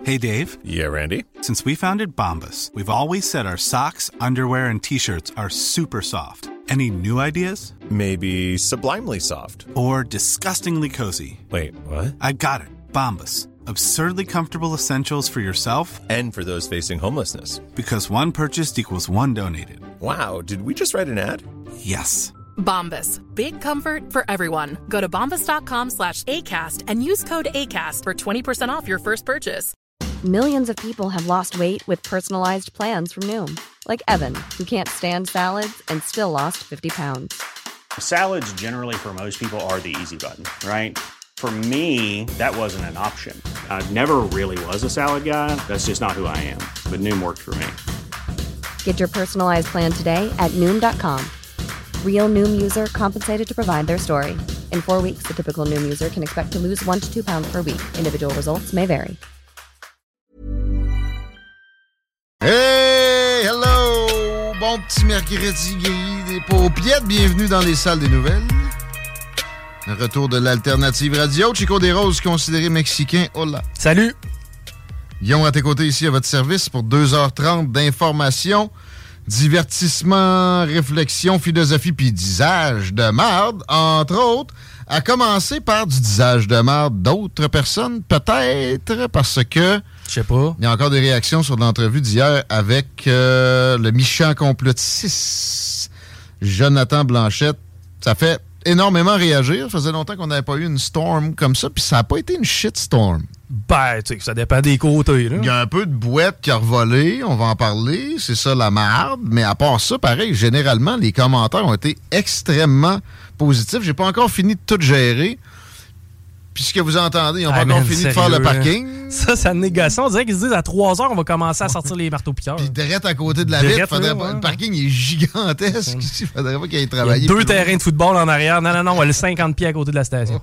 Hey, Dave. Yeah, Randy? Since we founded Bombas, we've always said our socks, underwear, and T-shirts are super soft. Any new ideas? Maybe sublimely soft. Or disgustingly cozy. Wait, what? I got it. Bombas. Absurdly comfortable essentials for yourself and for those facing homelessness. Because one purchased equals one donated. Wow, did we just write an ad? Yes. Bombas. Big comfort for everyone. Go to bombas.com/ACAST and use code ACAST for 20% off your first purchase. Millions of people have lost weight with personalized plans from Noom. Like Evan, who can't stand salads and still lost 50 pounds. Salads generally for most people are the easy button, right? For me, that wasn't an option. I never really was a salad guy. That's just not who I am. But Noom worked for me. Get your personalized plan today at Noom.com. Real Noom user compensated to provide their story. In 4 weeks, the typical Noom user can expect to lose 1 to 2 pounds per week. Individual results may vary. Hey! Hello! Bon petit mercredi gris des paupiettes. Bienvenue dans les salles des nouvelles. Le retour de l'Alternative Radio. Chico Desroses, considéré mexicain. Hola! Salut! Guillaume à tes côtés ici à votre service pour 2h30 d'informations, divertissement, réflexion, philosophie puis disage de marde, entre autres, à commencer par du disage de marde d'autres personnes, peut-être parce que... Je sais pas. Il y a encore des réactions sur l'entrevue d'hier avec le méchant complotiste Jonathan Blanchette. Ça fait énormément réagir. Ça faisait longtemps qu'on n'avait pas eu une storm comme ça, puis ça n'a pas été une shitstorm. Ben, tu sais, ça dépend des côtés, là. Il y a un peu de bouette qui a revolé, on va en parler, c'est ça la marde, mais à part ça, pareil, généralement, les commentaires ont été extrêmement positifs. J'ai pas encore fini de tout gérer. Puis ce que vous entendez, ils n'ont pas encore fini de faire le parking. Ça, c'est une négociation. On dirait qu'ils se disent à 3 heures, on va commencer à sortir les marteaux-piqueurs. Puis direct à côté de la ville, le parking est gigantesque. Il faudrait pas qu'il aille travailler. Il y a 2 terrains de football en arrière. Non, on a le 50 pieds à côté de la station.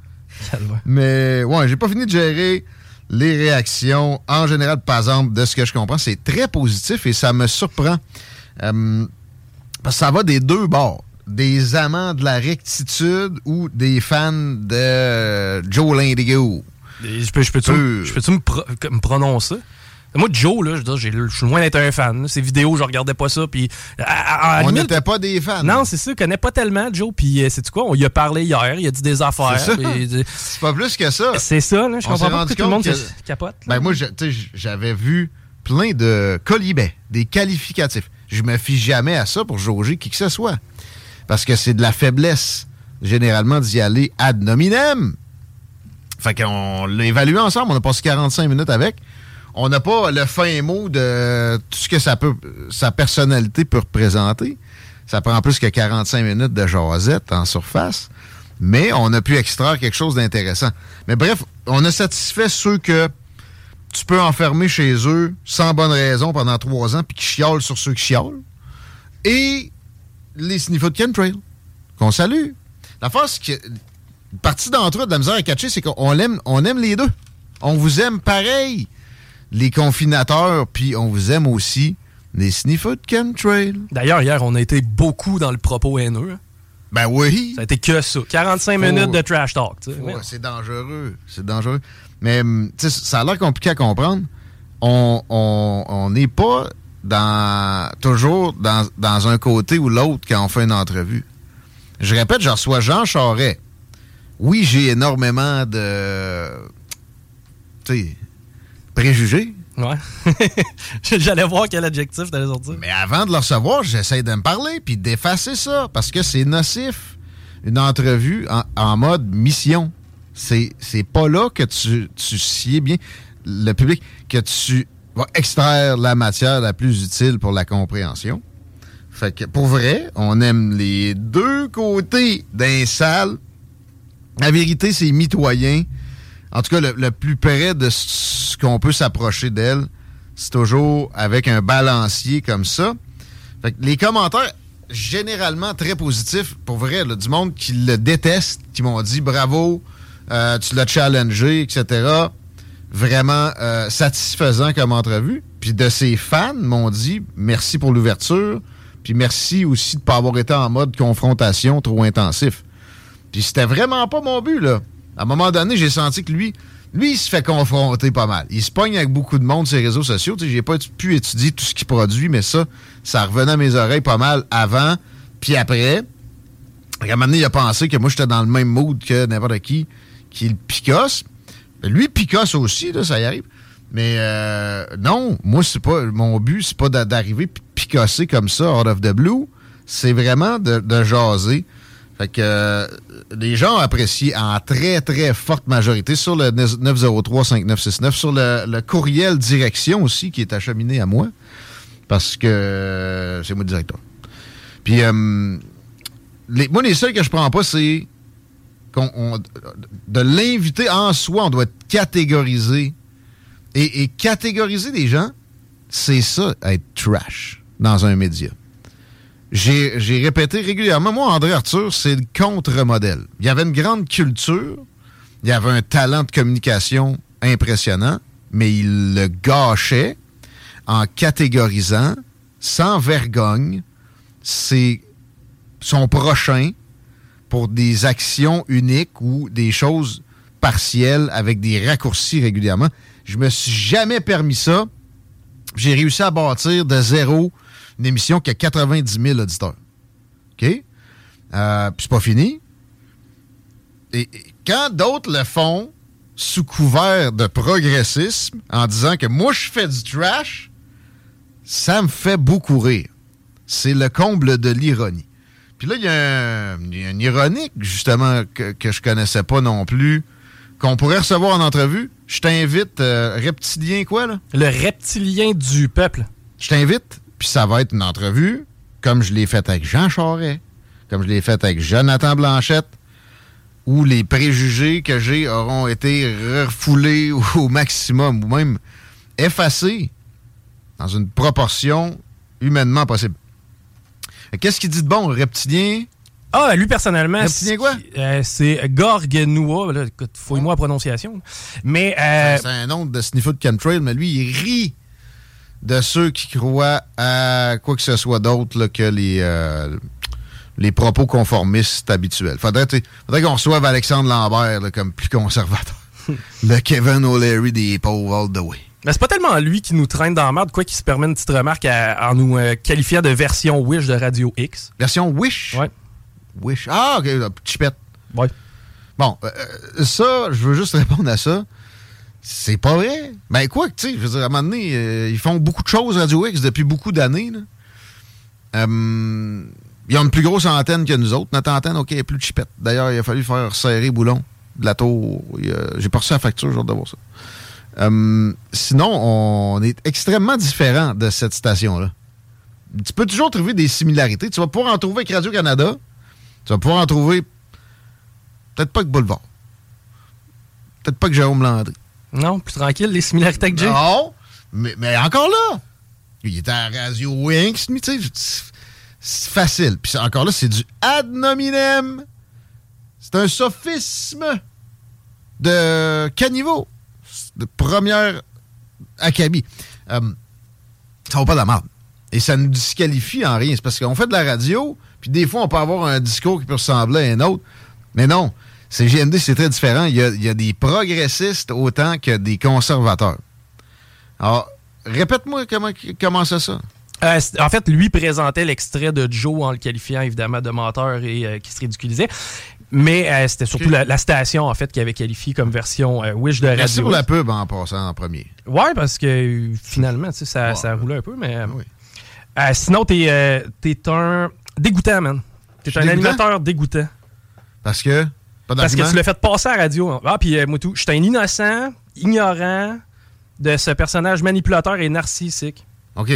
Mais ouais, j'ai pas fini de gérer les réactions. En général, par exemple, de ce que je comprends, c'est très positif et ça me surprend. Parce que ça va des deux bords. Des amants de la rectitude ou des fans de Joe Lindigo. Je peux-tu me prononcer? Moi, Joe, là, je suis loin d'être un fan. Ces vidéos, je regardais pas ça. Puis, on n'était pas des fans. Non, c'est ça. Je connais pas tellement Joe. Puis, sais-tu quoi? On y a parlé hier. Il a dit des affaires. C'est ça. C'est pas plus que ça. C'est ça. Là, je comprends pas pourquoi tout le monde capote. Ben, moi, j'avais vu plein de colibets, des qualificatifs. Je me fie jamais à ça pour jauger qui que ce soit. Parce que c'est de la faiblesse, généralement, d'y aller ad nominem. Fait qu'on l'a évalué ensemble. On a passé 45 minutes avec. On n'a pas le fin mot de tout ce que sa personnalité peut représenter. Ça prend plus que 45 minutes de jasette en surface. Mais on a pu extraire quelque chose d'intéressant. Mais bref, on a satisfait ceux que tu peux enfermer chez eux sans bonne raison pendant 3 ans puis qui chiolent sur ceux qui chiolent. Et les sniffers de chemtrail, qu'on salue. La force, une partie d'entre eux de la misère à catcher, c'est qu'on aime les deux. On vous aime pareil, les confinateurs, puis on vous aime aussi, les sniffers de chemtrail. D'ailleurs, hier, on a été beaucoup dans le propos haineux. Hein? Ben oui. Ça a été que ça. 45 minutes de trash talk. C'est dangereux. C'est dangereux. Mais ça a l'air compliqué à comprendre. On n'est pas toujours dans un côté ou l'autre quand on fait une entrevue. Je répète, je reçois Jean Charest. Oui, j'ai énormément de préjugés. Ouais. J'allais voir quel adjectif t'allais sortir. Mais avant de le recevoir, j'essaie de me parler puis d'effacer ça parce que c'est nocif. Une entrevue en mode mission. C'est pas là que tu sieds bien le public, que tu va extraire la matière la plus utile pour la compréhension. Fait que, pour vrai, on aime les deux côtés d'un salle. La vérité, c'est mitoyen. En tout cas, le plus près de ce qu'on peut s'approcher d'elle, c'est toujours avec un balancier comme ça. Fait que les commentaires, généralement très positifs, pour vrai, là, du monde qui le déteste, qui m'ont dit « Bravo, tu l'as challengé, etc. » Vraiment satisfaisant comme entrevue. Puis de ses fans m'ont dit merci pour l'ouverture, puis merci aussi de ne pas avoir été en mode confrontation trop intensif. Puis c'était vraiment pas mon but, là. À un moment donné, j'ai senti que lui, Lui, il se fait confronter pas mal. Il se pogne avec beaucoup de monde sur les réseaux sociaux. J'ai pas pu étudier tout ce qu'il produit, mais ça revenait à mes oreilles pas mal avant, puis après. À un moment donné, il a pensé que moi, j'étais dans le même mood que n'importe qui le picasse. Lui, picasse aussi, là, ça y arrive. Mais non, moi, c'est pas mon but, c'est pas d'arriver picasser comme ça, out of the blue. C'est vraiment de jaser. Fait que les gens ont apprécié en très, très forte majorité sur le 903-5969, sur le courriel direction aussi qui est acheminé à moi, parce que c'est moi le directeur. Puis, moi, les seuls que je prends pas, c'est de l'inviter en soi, on doit être catégorisé. Et catégoriser des gens, c'est ça, être trash dans un média. J'ai répété régulièrement, moi, André Arthur, c'est le contre-modèle. Il y avait une grande culture, il y avait un talent de communication impressionnant, mais il le gâchait en catégorisant, sans vergogne, son prochain pour des actions uniques ou des choses partielles avec des raccourcis régulièrement. Je me suis jamais permis ça. J'ai réussi à bâtir de zéro une émission qui a 90 000 auditeurs. OK? Puis c'est pas fini. Et quand d'autres le font sous couvert de progressisme, en disant que moi, je fais du trash, ça me fait beaucoup rire. C'est le comble de l'ironie. Puis là, il y a une ironique, justement, que je connaissais pas non plus, qu'on pourrait recevoir en entrevue. Je t'invite, reptilien quoi, là? Le reptilien du peuple. Je t'invite, puis ça va être une entrevue, comme je l'ai faite avec Jean Charest, comme je l'ai faite avec Jonathan Blanchette, où les préjugés que j'ai auront été refoulés au maximum, ou même effacés dans une proportion humainement possible. Qu'est-ce qu'il dit de bon, reptilien? Ah, lui, personnellement, reptilien quoi? C'est Gorgenua. Là, écoute, fouille-moi la prononciation. Mais, c'est un nom de sniffer de chemtrail, mais lui, il rit de ceux qui croient à quoi que ce soit d'autre là, que les propos conformistes habituels. Faudrait qu'on reçoive Alexandre Lambert là, comme plus conservateur. Le Kevin O'Leary des pauvres all the way. Mais c'est pas tellement lui qui nous traîne dans la merde, quoi qu'il se permet une petite remarque en nous qualifiant de version Wish de Radio X. Version Wish? Ouais. Wish. Ah, OK, chipette. Ouais. Bon, ça, je veux juste répondre à ça. C'est pas vrai. Ben quoi, tu sais, je veux dire, à un moment donné, ils font beaucoup de choses Radio X depuis beaucoup d'années. Ils ont une plus grosse antenne que nous autres. Notre antenne, OK, est plus chipette. D'ailleurs, il a fallu faire serrer boulon de la tour. J'ai pas reçu la facture, j'ai hâte de voir ça. Sinon, on est extrêmement différents de cette station-là. Tu peux toujours trouver des similarités. Tu vas pouvoir en trouver avec Radio-Canada. Tu vas pouvoir en trouver peut-être pas que Boulevard. Peut-être pas que Jérôme Landry. Non, plus tranquille, les similarités avec Jay. Non, mais encore là. Il était à Radio X, tu sais. C'est facile. Puis encore là, c'est du ad nominem. C'est un sophisme de caniveau. De première acabit. Ça vaut pas de la merde. Et ça nous disqualifie en rien. C'est parce qu'on fait de la radio, puis des fois, on peut avoir un discours qui peut ressembler à un autre. Mais non, CJMD, c'est très différent. Il y a des progressistes autant que des conservateurs. Alors, répète-moi comment c'est ça. En fait, lui présentait l'extrait de Joe en le qualifiant évidemment de menteur et qui se ridiculisait. Mais c'était surtout la station, en fait, qui avait qualifié comme version Wish de Radio. Merci pour la pub en passant en premier. Ouais, parce que finalement, tu sais, ça roulait un peu, mais... Oui. Sinon, t'es un dégoûtant, man. T'es un animateur dégoûtant. Parce que? Pas parce que tu l'as fait passer à la radio. Ah, puis moi tout. Je suis un innocent, ignorant de ce personnage manipulateur et narcissique. OK.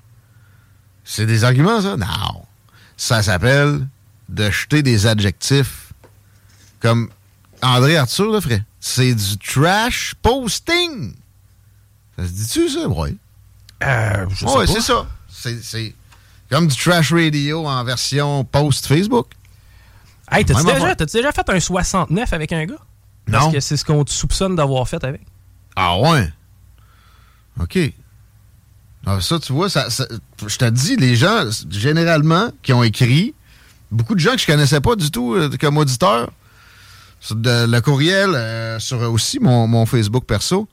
C'est des arguments, ça? Non. Ça s'appelle de jeter des adjectifs comme André Arthur le ferait. C'est du trash posting. Ça se dit-tu, ça? Oui. Je sais pas. C'est ça. C'est comme du trash radio en version post Facebook. Hey, t'as-tu déjà fait un 69 avec un gars? Non. Parce que c'est ce qu'on te soupçonne d'avoir fait avec. Ah ouais? OK. Alors ça, tu vois, je te dis, les gens, généralement, qui ont écrit, beaucoup de gens que je connaissais pas du tout comme auditeurs, Le courriel, sur aussi mon Facebook perso.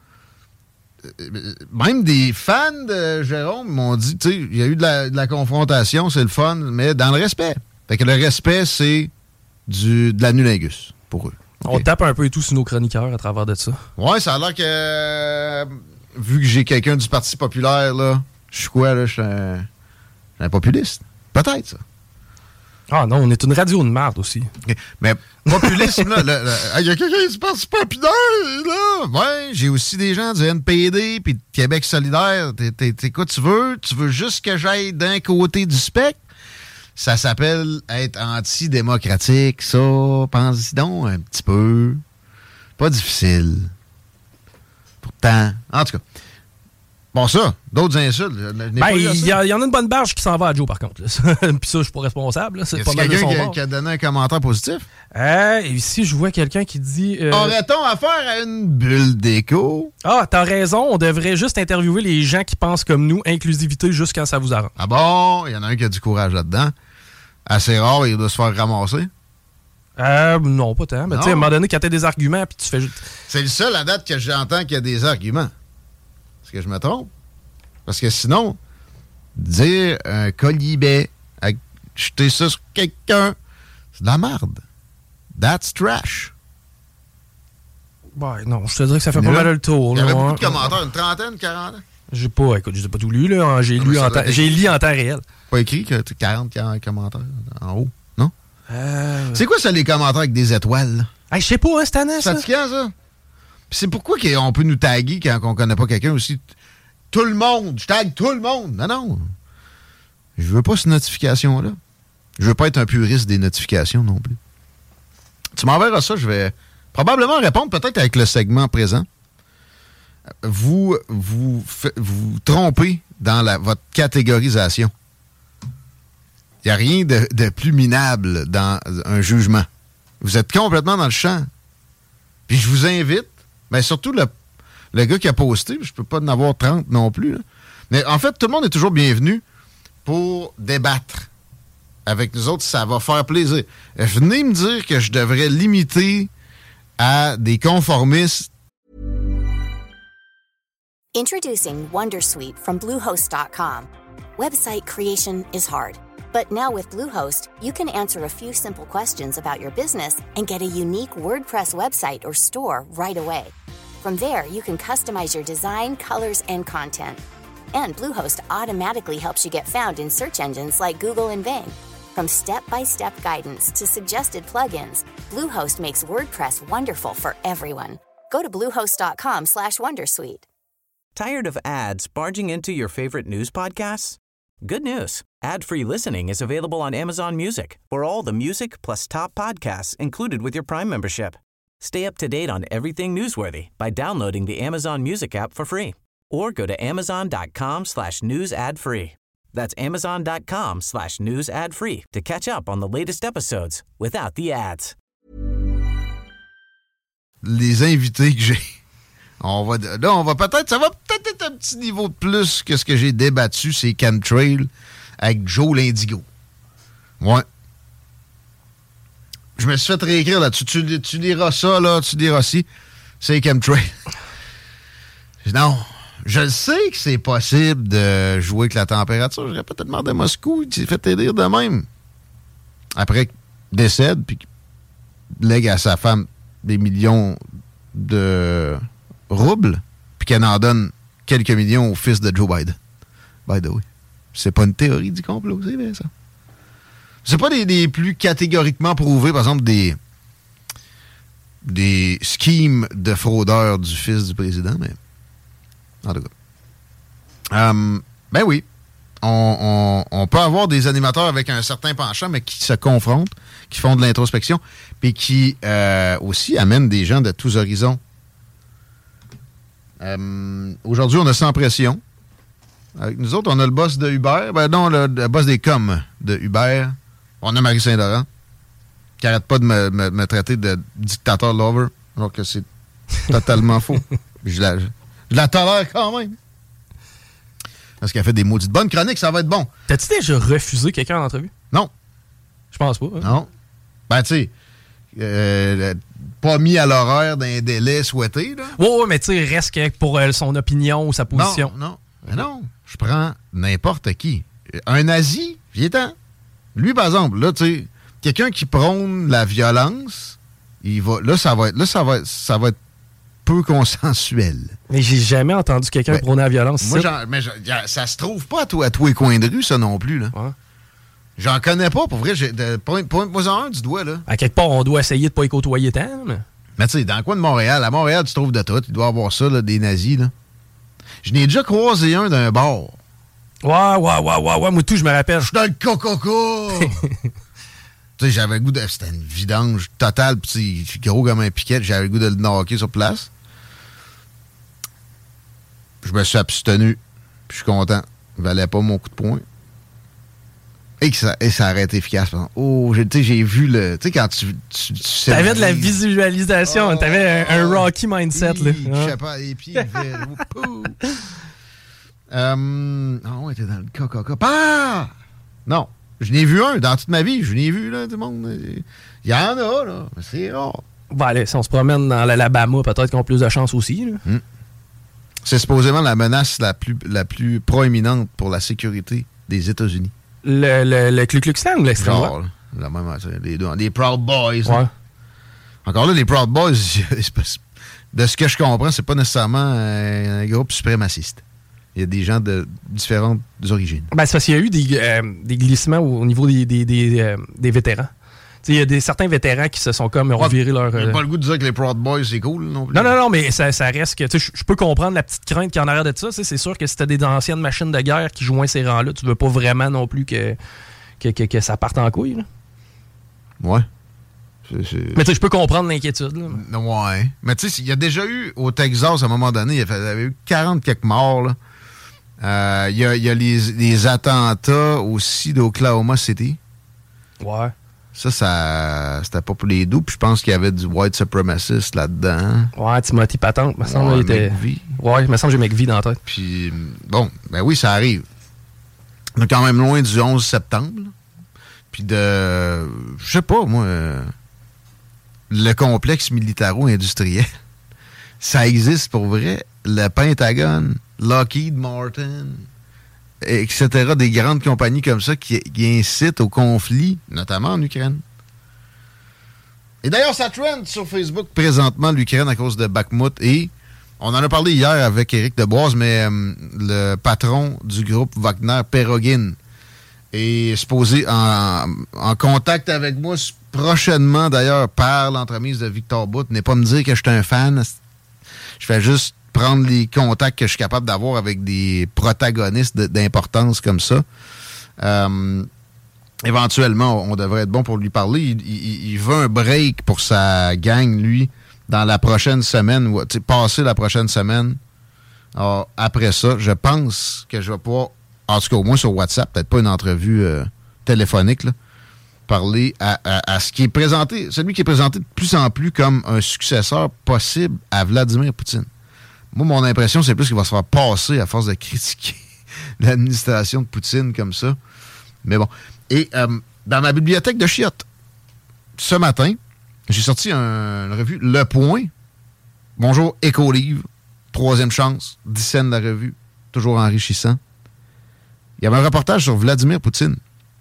Même des fans de Jérôme m'ont dit, tu sais, il y a eu de la confrontation, c'est le fun, mais dans le respect. Fait que le respect, c'est de l'anulingus pour eux. Okay. On tape un peu et tout sur nos chroniqueurs à travers de ça. Ouais, ça a l'air que, vu que j'ai quelqu'un du Parti populaire, là, je suis quoi, là? Je suis un populiste. Peut-être, ça. Ah non, on est une radio de merde aussi. Okay. Mais populisme, là, il y a quelqu'un du Parti populaire, là. Ouais, j'ai aussi des gens du NPD puis de Québec solidaire. T'es quoi tu veux? Tu veux juste que j'aille d'un côté du spectre? Ça s'appelle être antidémocratique, ça. Pense-y donc un petit peu. Pas difficile. Pourtant, en tout cas. Bon, ça, d'autres insultes. Il y en a une bonne barge qui s'en va à Joe, par contre. Puis ça, je suis pas responsable. Là. C'est pas mal quelqu'un qui a donné un commentaire positif? Ici, je vois quelqu'un qui dit... Aurait-on affaire à une bulle d'écho? Ah, t'as raison. On devrait juste interviewer les gens qui pensent comme nous. Inclusivité juste quand ça vous arrange. Ah bon? Il y en a un qui a du courage là-dedans. Assez rare, il doit se faire ramasser. Non, pas tant. Mais tu sais, à un moment donné, quand t'as des arguments, puis tu fais juste... C'est le seul à date que j'entends qu'il y a des arguments. Est-ce que je me trompe? Parce que sinon, dire un colibet, jeter ça sur quelqu'un, c'est de la merde. That's trash. Ouais, non, je te dirais que ça fait pas mal le tour. Il y avait beaucoup de commentaires, une trentaine, 40. J'ai pas tout lu, là. J'ai lu en temps réel. Pas écrit que tu as 40 commentaires en haut, non? C'est quoi ça, les commentaires avec des étoiles? Je sais pas, hein, cette année, ça. C'est fatigant, ça. Puis c'est pourquoi on peut nous taguer quand on connaît pas quelqu'un aussi. Tout le monde, je tague tout le monde. Non. Je veux pas cette notification-là. Je veux pas être un puriste des notifications non plus. Tu m'enverras ça, je vais probablement répondre peut-être avec le segment présent. Vous trompez dans votre catégorisation. Il n'y a rien de plus minable dans un jugement. Vous êtes complètement dans le champ. Puis je vous invite, mais surtout le gars qui a posté, je peux pas en avoir 30 non plus. Là. Mais en fait, tout le monde est toujours bienvenu pour débattre avec nous autres. Ça va faire plaisir. Venez me dire que je devrais limiter à des conformistes. Introducing Wondersuite from Bluehost.com. Website creation is hard, but now with Bluehost, you can answer a few simple questions about your business and get a unique WordPress website or store right away. From there, you can customize your design, colors, and content. And Bluehost automatically helps you get found in search engines like Google and Bing. From step-by-step guidance to suggested plugins, Bluehost makes WordPress wonderful for everyone. Go to bluehost.com/wondersuite. Tired of ads barging into your favorite news podcasts? Good news. Ad-free listening is available on Amazon Music for all the music plus top podcasts included with your Prime membership. Stay up to date on everything newsworthy by downloading the Amazon Music app for free or go to amazon.com/news ad free. That's amazon.com/news ad free to catch up on the latest episodes without the ads. Les invités que j'ai, on va peut-être, ça va peut-être être un petit niveau de plus que ce que j'ai débattu, c'est Chemtrail avec Joe l'Indigo. Ouais. Je me suis fait réécrire là-dessus. Tu liras ça, là, tu liras ci. C'est Chemtrail. Non. Je le sais que c'est possible de jouer avec la température. J'aurais peut-être demandé à Moscou. Il s'est fait élire de même. Après, décède, puis lègue à sa femme des millions de roubles, puis qu'elle en donne quelques millions au fils de Joe Biden. By the way. C'est pas une théorie du complot, c'est vrai, ça. C'est pas des plus catégoriquement prouvés, par exemple, des schemes de fraudeurs du fils du président, mais en tout cas. Ben oui, on peut avoir des animateurs avec un certain penchant, mais qui se confrontent, qui font de l'introspection, puis qui aussi amènent des gens de tous horizons. Aujourd'hui, on a Sans Pression. Avec nous autres, on a le boss de Uber. Ben non, le boss des coms de Uber. On a Marie Saint-Laurent, qui n'arrête pas de me traiter de dictateur lover, alors que c'est totalement faux. Je la tolère quand même. Parce qu'elle fait des maudites bonnes chroniques, ça va être bon. T'as-tu déjà refusé quelqu'un en entrevue? Non. Je pense pas. Hein? Non. Ben, tu sais, pas mis à l'horaire d'un délai souhaité. Là. Oui, mais tu sais, reste que pour son opinion ou sa position. Non. Mais non, je prends n'importe qui. Un nazi, j'y étais. Lui, par exemple, là, tu sais, quelqu'un qui prône la violence, ça va être peu consensuel. Mais j'ai jamais entendu quelqu'un prôner la violence. Moi, ça se trouve pas à tous les coins de rue, ça non plus, là. Ouais. J'en connais pas, pour vrai. Pointe-moi un du doigt, là. À quelque part, on doit essayer de pas y côtoyer tant. Mais tu sais, dans le coin de Montréal, à Montréal, tu trouves de tout. Il doit y avoir ça, là, des nazis, là. Je n'ai déjà croisé un d'un bar. Ouais. Moi, tout, je me rappelle. Je suis dans le coca. Tu sais, j'avais le goût de... C'était une vidange totale, pis c'est gros comme un piquet. J'avais le goût de le knocker sur place. Je me suis abstenu. Puis je suis content. Il valait pas mon coup de poing. Et ça aurait été efficace. Oh, j'ai vu le... Tu sais, quand tu t'avais de la visualisation. T'avais un Rocky mindset, là. Je sais pas, les pieds verts. Ouais, t'es dans le coca. Ah! Non. Je n'ai vu un dans toute ma vie. Je n'ai vu, là, tout le monde. Il y en a, là. Mais c'est rare. Bon, allez, si on se promène dans l'Alabama, peut-être qu'on a plus de chance aussi, là. C'est supposément la menace la plus proéminente pour la sécurité des États-Unis. Le Ku Klux Klan ou l'extrême droite? La même, les deux. Les Proud Boys. Ouais. Hein. Encore là, les Proud Boys, de ce que je comprends, c'est pas nécessairement un groupe suprémaciste. Il y a des gens de différentes origines. Ben, c'est parce qu'il y a eu des glissements au niveau des vétérans. Il y a certains vétérans qui se sont comme revirés leur... J'ai pas le goût de dire que les Proud Boys, c'est cool non plus. Non, mais ça reste que... Je peux comprendre la petite crainte qu'il y en arrière de ça. C'est sûr que si t'as des anciennes machines de guerre qui joignent ces rangs-là, tu veux pas vraiment non plus que ça parte en couille. Là. Ouais. Mais je peux comprendre l'inquiétude. Là. Ouais. Mais tu sais, il y a déjà eu, au Texas, à un moment donné, il y avait eu 40 quelques morts, là. Il y a les attentats aussi d'Oklahoma City. Ouais. Ça c'était pas pour les doux. Puis je pense qu'il y avait du white supremacist là-dedans. Ouais, Timothy Patente. Me semble McVie. Ouais, il me semble que j'ai McVie dans la tête. Puis, bon, ben oui, ça arrive. On est quand même loin du 11 septembre. Là. Puis je sais pas, moi, le complexe militaro-industriel, ça existe pour vrai. Le Pentagone, Lockheed Martin, etc., des grandes compagnies comme ça qui incitent au conflit, notamment en Ukraine. Et d'ailleurs, ça trend sur Facebook présentement, l'Ukraine, à cause de Bakhmut. Et on en a parlé hier avec Éric Deboise, mais le patron du groupe Wagner, Perogin, est supposé en contact avec moi prochainement, d'ailleurs, par l'entremise de Victor Bout. N'est pas me dire que je suis un fan. Je fais juste prendre les contacts que je suis capable d'avoir avec des protagonistes d'importance comme ça. Éventuellement, on devrait être bon pour lui parler. Il veut un break pour sa gang, lui, dans la prochaine semaine, ou passer la prochaine semaine. Alors, après ça, je pense que je vais pouvoir, en tout cas au moins sur WhatsApp, peut-être pas une entrevue téléphonique, là, parler à ce qui est présenté, celui qui est présenté de plus en plus comme un successeur possible à Vladimir Poutine. Moi, mon impression, c'est plus qu'il va se faire passer à force de critiquer l'administration de Poutine comme ça. Mais bon. Et dans ma bibliothèque de chiottes, ce matin, j'ai sorti une revue Le Point. Bonjour, Écolivre. 3e chance. 10 cents de la revue. Toujours enrichissant. Il y avait un reportage sur Vladimir Poutine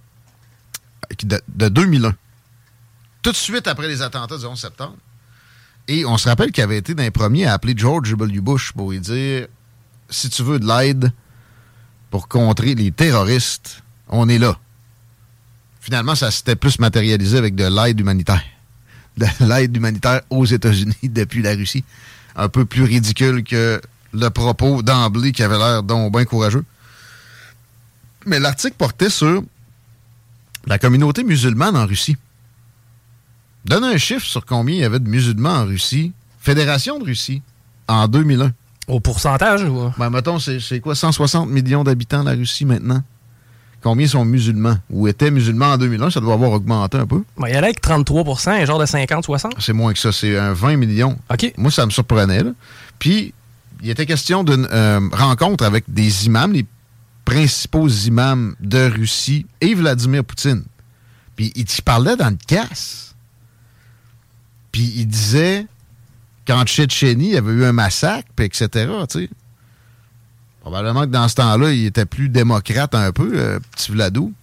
de 2001. Tout de suite après les attentats du 11 septembre. Et on se rappelle qu'il avait été d'un premier à appeler George W. Bush pour lui dire « Si tu veux de l'aide pour contrer les terroristes, on est là. » Finalement, ça s'était plus matérialisé avec de l'aide humanitaire. De l'aide humanitaire aux États-Unis depuis la Russie. Un peu plus ridicule que le propos d'emblée qui avait l'air donc bien courageux. Mais l'article portait sur la communauté musulmane en Russie. Donne un chiffre sur combien il y avait de musulmans en Russie. Fédération de Russie, en 2001. Au pourcentage, ou? Ben, mettons, c'est quoi, 160 millions d'habitants, la Russie, maintenant? Combien sont musulmans? Ou étaient musulmans en 2001? Ça doit avoir augmenté un peu. Ben, il y en a avec 33%, un genre de 50-60. C'est moins que ça, c'est 20 millions. OK. Moi, ça me surprenait, là. Puis, il était question d'une rencontre avec des imams, les principaux imams de Russie, et Vladimir Poutine. Puis, il parlait dans le casse. Puis il disait qu'en Tchétchénie, il y avait eu un massacre, puis etc., tu sais. Probablement que dans ce temps-là, il était plus démocrate un peu, petit Vladou.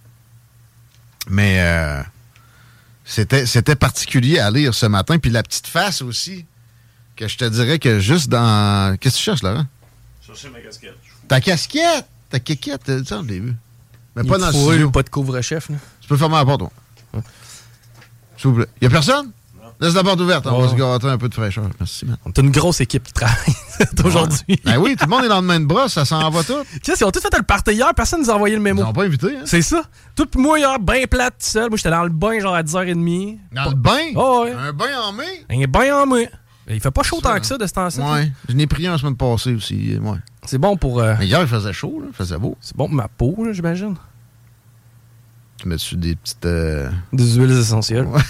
Mais c'était particulier à lire ce matin. Puis la petite face aussi, que je te dirais que juste dans... Qu'est-ce que tu cherches, Laurent? Chercher ma casquette. Ta casquette! Ta kékette, ça, je l'ai vu. Mais Il pas dans le faut studio. pas de couvre-chef. Là. Tu peux fermer la porte, toi. S'il vous plaît. Y a personne? Laisse la porte ouverte. On va se gâter un peu de fraîcheur. Merci, man. On est une grosse équipe qui travaille aujourd'hui. Ben oui, tout le monde est dans le même bras, ça s'en va tout. Qu'est-ce qu'ils ont tous fait le party hier? Personne nous a envoyé le mémo. Ils n'ont pas invité, hein? C'est ça. Tout moi hier, bien plate tout seul. Moi, j'étais dans le bain genre à 10h30. Dans le bain? Oh, ouais. Un bain en mai? Un bain en mai. Il fait pas chaud Ça, tant que ça de ce temps-ci. Ouais. Je n'ai pris un la semaine passée aussi. Ouais. C'est bon pour... Mais hier, il faisait chaud, là. Il faisait beau. C'est bon pour ma peau, là, j'imagine. Tu mets dessus des petites... Des huiles essentielles. Ouais.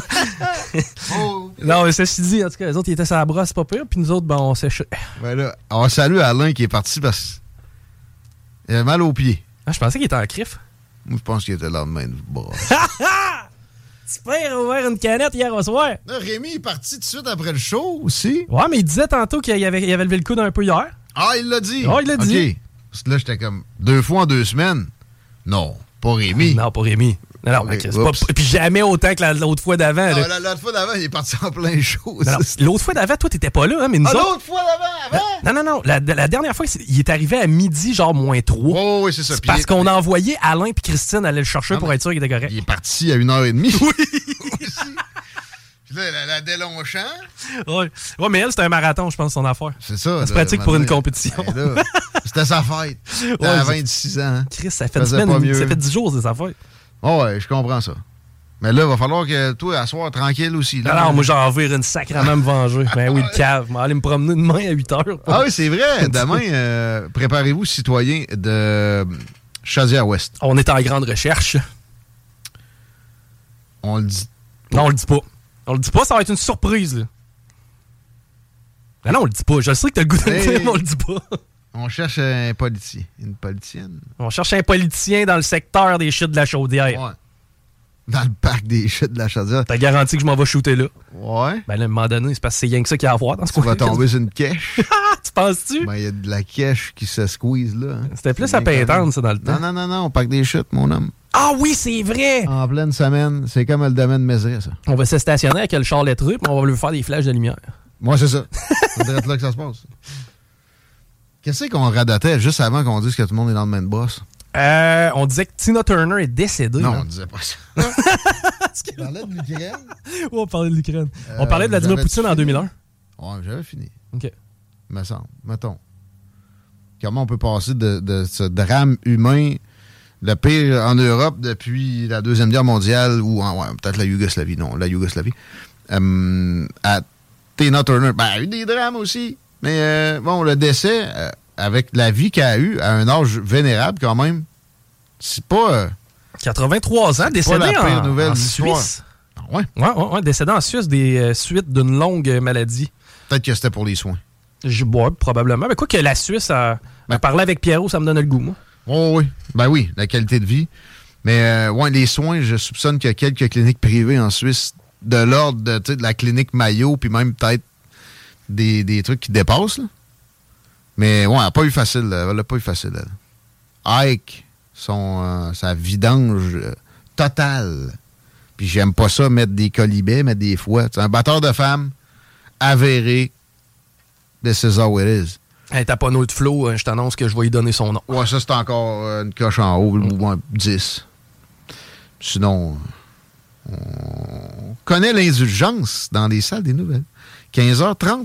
Oh. Non, mais ceci dit, en tout cas, les autres, ils étaient sur la brosse, pas pire. Puis nous autres, ben, on séchait. Ben là, on salue Alain qui est parti parce qu'il avait mal aux pieds. Ah, je pensais qu'il était en crif. Moi, je pense qu'il était le lendemain de bras. Super, ouvert une canette hier au soir. Là, Rémi est parti tout de suite après le show aussi. Ouais, mais il disait tantôt qu'il avait levé le coude un peu hier. Ah, il l'a dit? Ah, il l'a dit. OK. Parce que là, j'étais comme 2 fois en 2 semaines. Non, pas Rémi. Non, pas Rémi. Non, Okay, c'est pas, puis jamais autant que l'autre fois d'avant. Ah, là. l'autre fois d'avant, il est parti en plein show. Non, l'autre fois d'avant, toi, t'étais pas là, hein, mais nous autres... l'autre fois d'avant, avant? Non. La dernière fois, il est arrivé à midi, genre moins 3. Oh, oui, c'est ça. C'est parce qu'on a envoyé Alain et Christine aller le chercher pour être sûr qu'il était correct. Il est parti à 1h30. Oui. Puis là, la Delonchamp. Ouais, mais elle, c'était un marathon, je pense, son affaire. C'est ça. C'est pratique pour une compétition. Ben là, c'était sa fête. C'était à 26 ans. Hein. Chris, ça fait 10 jours, c'est sa fête. Oh, ouais, je comprends ça. Mais là, il va falloir que toi, à soir, tranquille aussi. Là. Alors, moi, j'en vire une sacrément me venger. Ben oui, le cave. Je vais aller me promener demain à 8h. Ah oui, c'est vrai. Demain, préparez-vous, citoyens de Chaudière-Ouest. On est en grande recherche. On le dit. Non, on le dit pas. On le dit pas, ça va être une surprise. Là. Ben non, on le dit pas. Je sais que t'as le goût de le dire, mais on le dit pas. On cherche un politicien. Une politicienne. On cherche un politicien dans le secteur des chutes de la Chaudière. Ouais. Dans le parc des chutes de la Chaudière. T'as garanti que je m'en vais shooter là. Ouais. Ben là, à un moment donné, c'est parce que c'est rien que ça qu'il y a à voir dans ce coin. Tu vas tomber sur une cache. Tu penses-tu? Ben, il y a de la cache qui se squeeze là. Hein. C'était plus à Pintante, ça, dans le temps. Non, au parc des chutes, mon homme. Ah oui, c'est vrai! En pleine semaine, c'est comme le domaine Mézray, ça. On va se stationner avec le char lettré, puis on va lui faire des flashs de lumière. Moi, c'est ça. C'est direct là que ça se passe. Qu'est-ce qu'on radotait juste avant qu'on dise que tout le monde est dans le même boss? On disait que Tina Turner est décédée. Non, là. on disait pas ça. On parlait de l'Ukraine? Ouais, on parlait de l'Ukraine. On parlait de Vladimir Poutine en 2001. Ouais, j'avais fini. OK. Me semble. Mettons. Comment on peut passer de ce drame humain, le pire en Europe depuis la Deuxième Guerre mondiale, ou peut-être la Yougoslavie, à Tina Turner. Ben, il y a eu des drames aussi. Mais bon, le décès, avec la vie qu'elle a eue, à un âge vénérable quand même, c'est pas... 83 ans, décédé pas la pire nouvelle en de l'histoire. Suisse. Ah ouais? Ouais, décédé en Suisse des suites d'une longue maladie. Peut-être que c'était pour les soins. Probablement. Mais quoi que la Suisse a parlé avec Pierrot, ça me donne le goût, moi. Oh oui. Ben oui, la qualité de vie. Mais les soins, je soupçonne qu'il y a quelques cliniques privées en Suisse de l'ordre de la clinique Mayo, puis même peut-être des trucs qui dépassent. Là. Mais ouais, elle n'a pas eu facile. Elle n'a pas eu facile. Elle. Ike, sa vidange totale. Puis j'aime pas ça, mettre des colibets, mettre des foies. C'est un batteur de femmes avéré. This is how it is. Hey, t'as pas un autre flow, je t'annonce que je vais lui donner son nom. Ouais, ça, c'est encore une coche en haut, ou 10. Sinon, on connaît l'indulgence dans les salles des nouvelles. 15h30.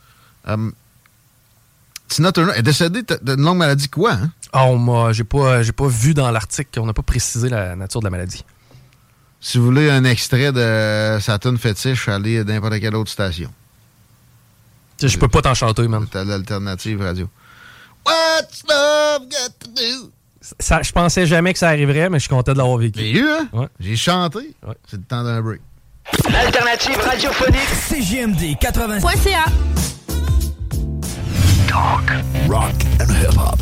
Tina Turner est décédée d'une longue maladie, quoi, hein? Oh, j'ai pas vu dans l'article, on n'a pas précisé la nature de la maladie. Si vous voulez un extrait de sa tune fétiche, allez à n'importe quelle autre station. Je peux pas t'en chanter, man. T'as l'alternative radio. What's love got to do? Je pensais jamais que ça arriverait, mais je suis content de l'avoir vécu. J'ai eu, hein? Ouais. J'ai chanté. Ouais. C'est le temps d'un break. L'alternative radiophonique CJMD 80.ca. Talk, rock and hip-hop.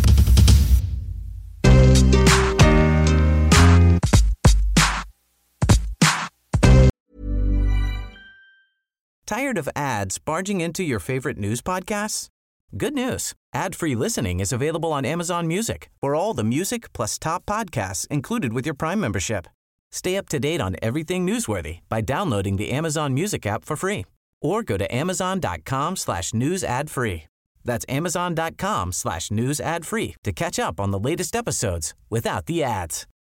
Tired of ads barging into your favorite news podcasts? Good news. Ad-free listening is available on Amazon Music for all the music plus top podcasts included with your Prime membership. Stay up to date on everything newsworthy by downloading the Amazon Music app for free or go to amazon.com/news ad free. That's amazon.com/news ad free to catch up on the latest episodes without the ads.